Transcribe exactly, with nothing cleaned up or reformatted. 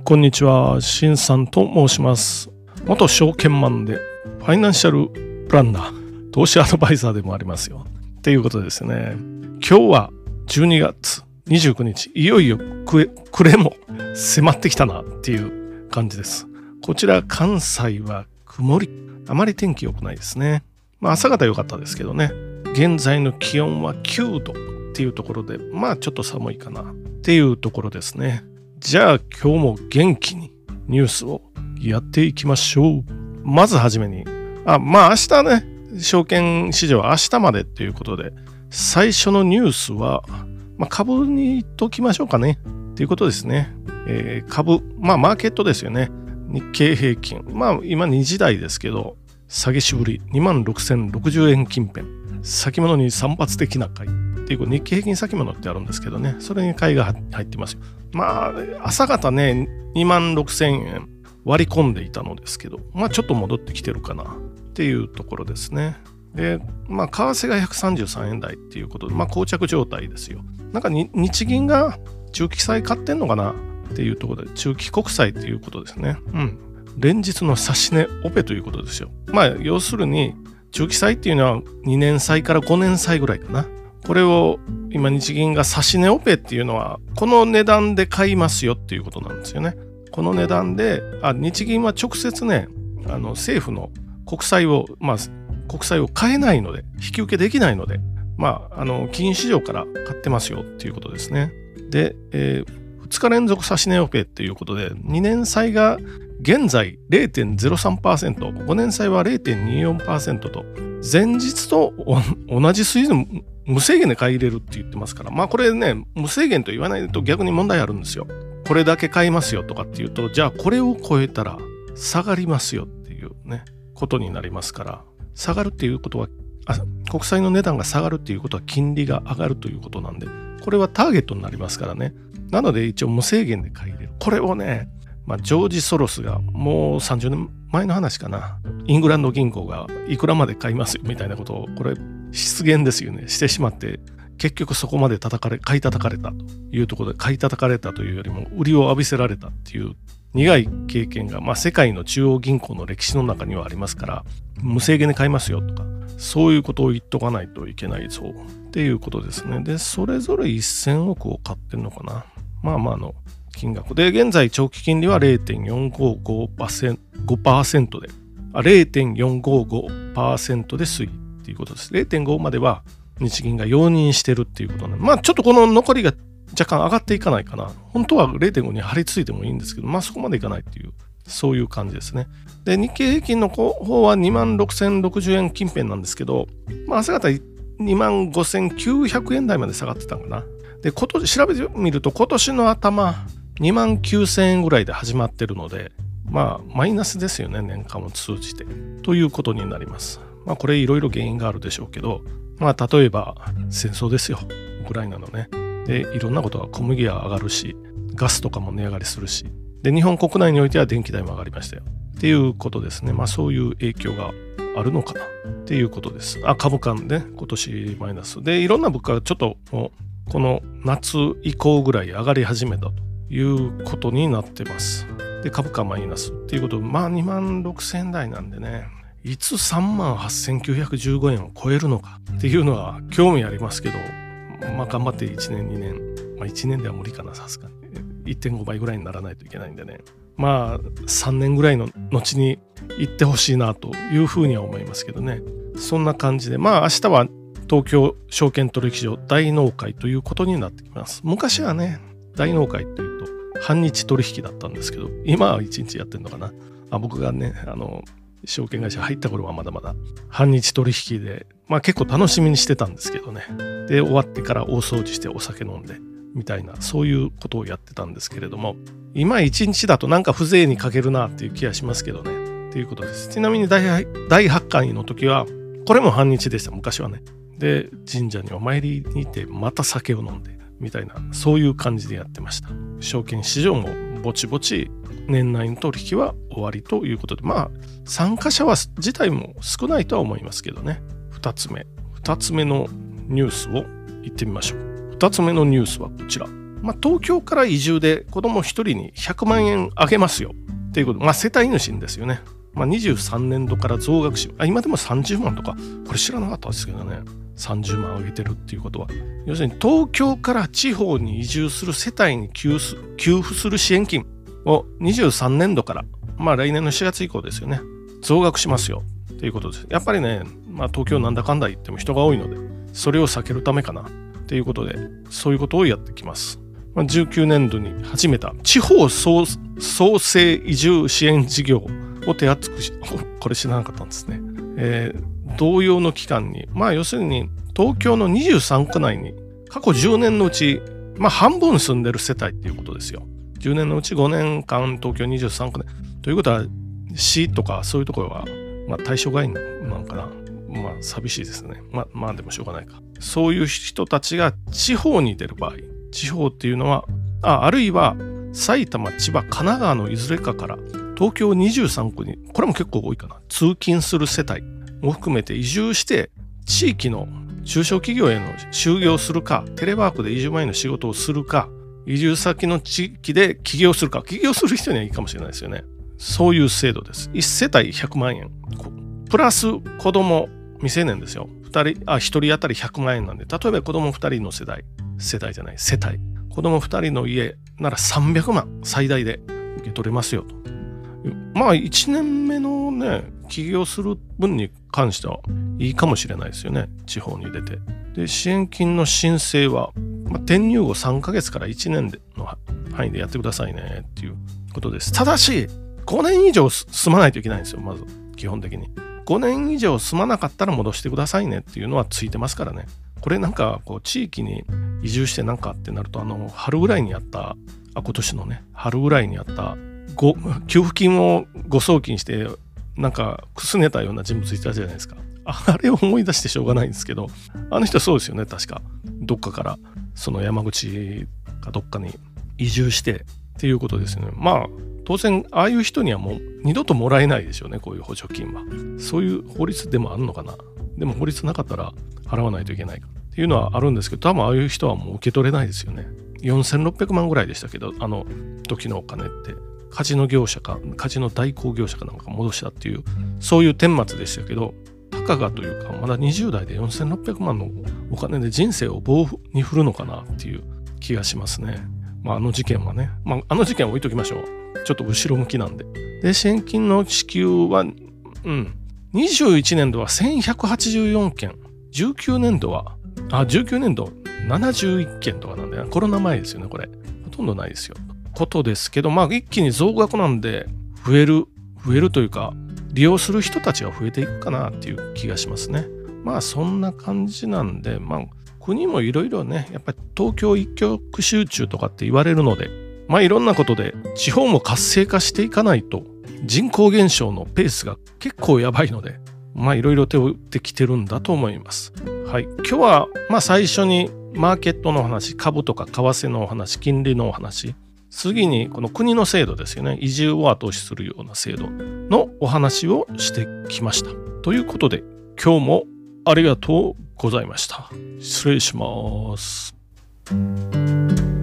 こんにちは、しんさんと申します。元証券マンでファイナンシャルプランナー、投資アドバイザーでもありますよ。っていうことですね。今日はじゅうにがつにじゅうくにち、いよいよ暮れも迫ってきたなっていう感じです。こちら関西は曇り、あまり天気良くないですね。まあ朝方良かったですけどね。現在の気温はきゅうどっていうところで、まあちょっと寒いかなっていうところですね。じゃあ今日も元気にニュースをやっていきましょう。まずはじめに、あ、まあ明日ね、証券市場は明日までっていうことで、最初のニュースは、まあ、株に言っときましょうかねっていうことですね。えー、株、まあマーケットですよね。日経平均、まあ今にじ台ですけど、下げしぶり にまんろくせんろくじゅうえん近辺、先物に散発的な買いっていう日経平均先物ってあるんですけどね、それに買いが入ってますよ。まあ朝方ねにまんろくせんえん割り込んでいたのですけど、まあちょっと戻ってきてるかなっていうところですね。で、まあ為替がひゃくさんじゅうさんえん台っていうことで、まあ膠着状態ですよ。なんかに日銀が中期債買ってんのかなっていうところで、中期国債っていうことですね。うん。連日の指し値オペということですよ。まあ要するに中期債っていうのはにねん債からごねん債ぐらいかな。これを今日銀が指し値オペっていうのはこの値段で買いますよっていうことなんですよね。この値段で、あ、日銀は直接ね、あの政府の国債を、まあ国債を買えないので、引き受けできないので、まああの金融市場から買ってますよっていうことですね。で、えー、ふつか連続指し値オペっていうことで、にねん債が現在 れいてんぜろさんパーセント、ごねん債は れいてんによんパーセント と、前日と同じ水準、無制限で買い入れるって言ってますから、まあこれね、無制限と言わないと逆に問題あるんですよ。これだけ買いますよとかっていうと、じゃあこれを超えたら下がりますよっていうね、ことになりますから、下がるっていうことは、あ、国債の値段が下がるっていうことは金利が上がるということなんで、これはターゲットになりますからね。なので一応無制限で買い入れる。これをね、まあ、ジョージ・ソロスがもうさんじゅうねんまえの話かな。イングランド銀行がいくらまで買いますよみたいなことを、これ失言ですよね。してしまって、結局そこまで叩かれ、買い叩かれたというところで、買い叩かれたというよりも売りを浴びせられたっていう苦い経験が、まあ世界の中央銀行の歴史の中にはありますから、無制限で買いますよとか、そういうことを言っとかないといけないそうっていうことですね。で、それぞれせんおくを買ってんのかな。まあまあの、金額で、現在長期金利は れいてんよんごごパーセント で、あ れいてんよんごごパーセント で推移っていうことです。れいてんご までは日銀が容認してるっていうことなので、まあちょっとこの残りが若干上がっていかないかな。本当は れいてんご に張り付いてもいいんですけど、まあそこまでいかないっていう、そういう感じですね。で、日経平均の方は にまんろくせんろくじゅうえん近辺なんですけど、まあ朝方 にまんごせんきゅうひゃくえん台まで下がってたのかな。で、今年調べてみると今年の頭、にまんきゅうせんえんぐらいで始まってるので、まあマイナスですよね、年間を通じてということになります。まあこれいろいろ原因があるでしょうけど、まあ例えば戦争ですよ、ウクライナのね。で、いろんなことが、小麦は上がるし、ガスとかも値上がりするし、で日本国内においては電気代も上がりましたよっていうことですね。まあそういう影響があるのかなっていうことです。あ、株価ね、今年マイナスで、いろんな物価がちょっともうこの夏以降ぐらい上がり始めたということになってます。で、株価マイナスっていうことで、まあにまんろくせん台なんでね、いつさんまんはっせんきゅうひゃくじゅうごえんを超えるのかっていうのは興味ありますけど、まあ頑張っていちねんにねん、まあいちねんでは無理かな、さすがに いってんご 倍ぐらいにならないといけないんでね、まあさんねんぐらいの後に行ってほしいなというふうには思いますけどね。そんな感じで、まあ明日は東京証券取引所大納会ということになってきます。昔はね、大納会というと半日取引だったんですけど、今はいちにちやってんのかな。あ、僕がね、あの証券会社入った頃はまだまだ半日取引で、まあ結構楽しみにしてたんですけどね。で、終わってから大掃除してお酒飲んでみたいな、そういうことをやってたんですけれども、今いちにちだとなんか風情に欠けるなっていう気がしますけどねっていうことです。ちなみに大発会の時はこれも半日でした、昔はね。で、神社にお参りに行ってまた酒を飲んでみたいな、そういう感じでやってました。証券市場もぼちぼち年内の取引は終わりということで、まあ参加者は自体も少ないとは思いますけどね。ふたつめふたつめのニュースを言ってみましょう。ふたつめのニュースはこちら。 まあ、東京から移住で子供ひとりにひゃくまんえんあげますよっていうこと、まあ、世帯主ですよね。まあ、にじゅうさんねんどから増額し、あ、今でもさんじゅうまんとか、これ知らなかったですけどね、さんじゅうまんあげてるっていうことは、要するに東京から地方に移住する世帯に給付給付する支援金をにじゅうさんねんどから、まあ来年のしがつ以降ですよね、増額しますよっていうことです。やっぱりね、まあ、東京なんだかんだ言っても人が多いので、それを避けるためかなっていうことで、そういうことをやってきます。まあ、じゅうきゅうねんどに始めた地方創生移住支援事業を手厚くし、これ知らなかったんですね。えー、同様の期間に、まあ要するに東京のにじゅうさんく内に過去じゅうねんのうち、まあ半分住んでる世帯っていうことですよ。じゅうねんのうちごねんかん東京にじゅうさんくねん。ということは市とかそういうところは、まあ、対象外なのかな。まあ寂しいですね。まあまあでもしょうがないか。そういう人たちが地方に出る場合、地方っていうのは、あ、あるいは埼玉、千葉、神奈川のいずれかから東京にじゅうさんくに、これも結構多いかな、通勤する世帯も含めて移住して地域の中小企業への就業するか、テレワークで移住前の仕事をするか、移住先の地域で起業するか、起業する人にはいいかもしれないですよね。そういう制度です。いち世帯ひゃくまんえん。プラス子供、未成年ですよ。ふたり、あ、ひとり当たりひゃくまんえんなんで、例えば子供ふたりの世代、世代じゃない、世帯。子供ふたりの家ならさんびゃくまん最大で受け取れますよと。まあいちねんめのね、起業する分に関してはいいかもしれないですよね。地方に出て。で、支援金の申請は、まあ、転入後さんかげつからいちねんの範囲でやってくださいねっていうことです。ただし、ごねん以上住まないといけないんですよ、まず、基本的に。ごねん以上住まなかったら戻してくださいねっていうのはついてますからね。これなんか、こう、地域に移住してなんかってなると、あの、春ぐらいにやった、あ、今年のね、春ぐらいにやった、ご給付金を誤送金してなんかくすねたような人物いたじゃないですか。あれを思い出してしょうがないんですけど、あの人そうですよね。確かどっかからその山口かどっかに移住してっていうことですよね。まあ当然ああいう人にはもう二度ともらえないでしょうね、こういう補助金は。そういう法律でもあるのかな。でも法律なかったら払わないといけないかっていうのはあるんですけど、多分ああいう人はもう受け取れないですよね。よんせんろっぴゃくまんぐらいでしたけど、あの時のお金ってカジノ業者かカジノ代行業者かなんか戻したっていう、そういう顛末でしたけど、たかがというかまだにじゅう代でよんせんろっぴゃくまんのお金で人生を棒に振るのかなっていう気がしますね。まああの事件はね、まああの事件は置いときましょう。ちょっと後ろ向きなんで。で、支援金の支給は、うん、にじゅういちねんどはせんひゃくはちじゅうよんけん、じゅうきゅうねんどは、あ、じゅうきゅうねんどななじゅういっけんとかなんで、コロナ前ですよね、これ。ほとんどないですよ。ことですけど、まあ一気に増額なんで、増える、増えるというか、利用する人たちは増えていくかなっていう気がしますね。まあそんな感じなんで、まあ国もいろいろね、やっぱり東京一極集中とかって言われるので、まあいろんなことで地方も活性化していかないと、人口減少のペースが結構やばいので、まあいろいろ手を打ってきてるんだと思います。はい。今日はまあ最初にマーケットの話、株とか為替のお話、金利のお話、次にこの国の制度ですよね。移住を後押しするような制度のお話をしてきました。ということで、今日もありがとうございました。失礼します。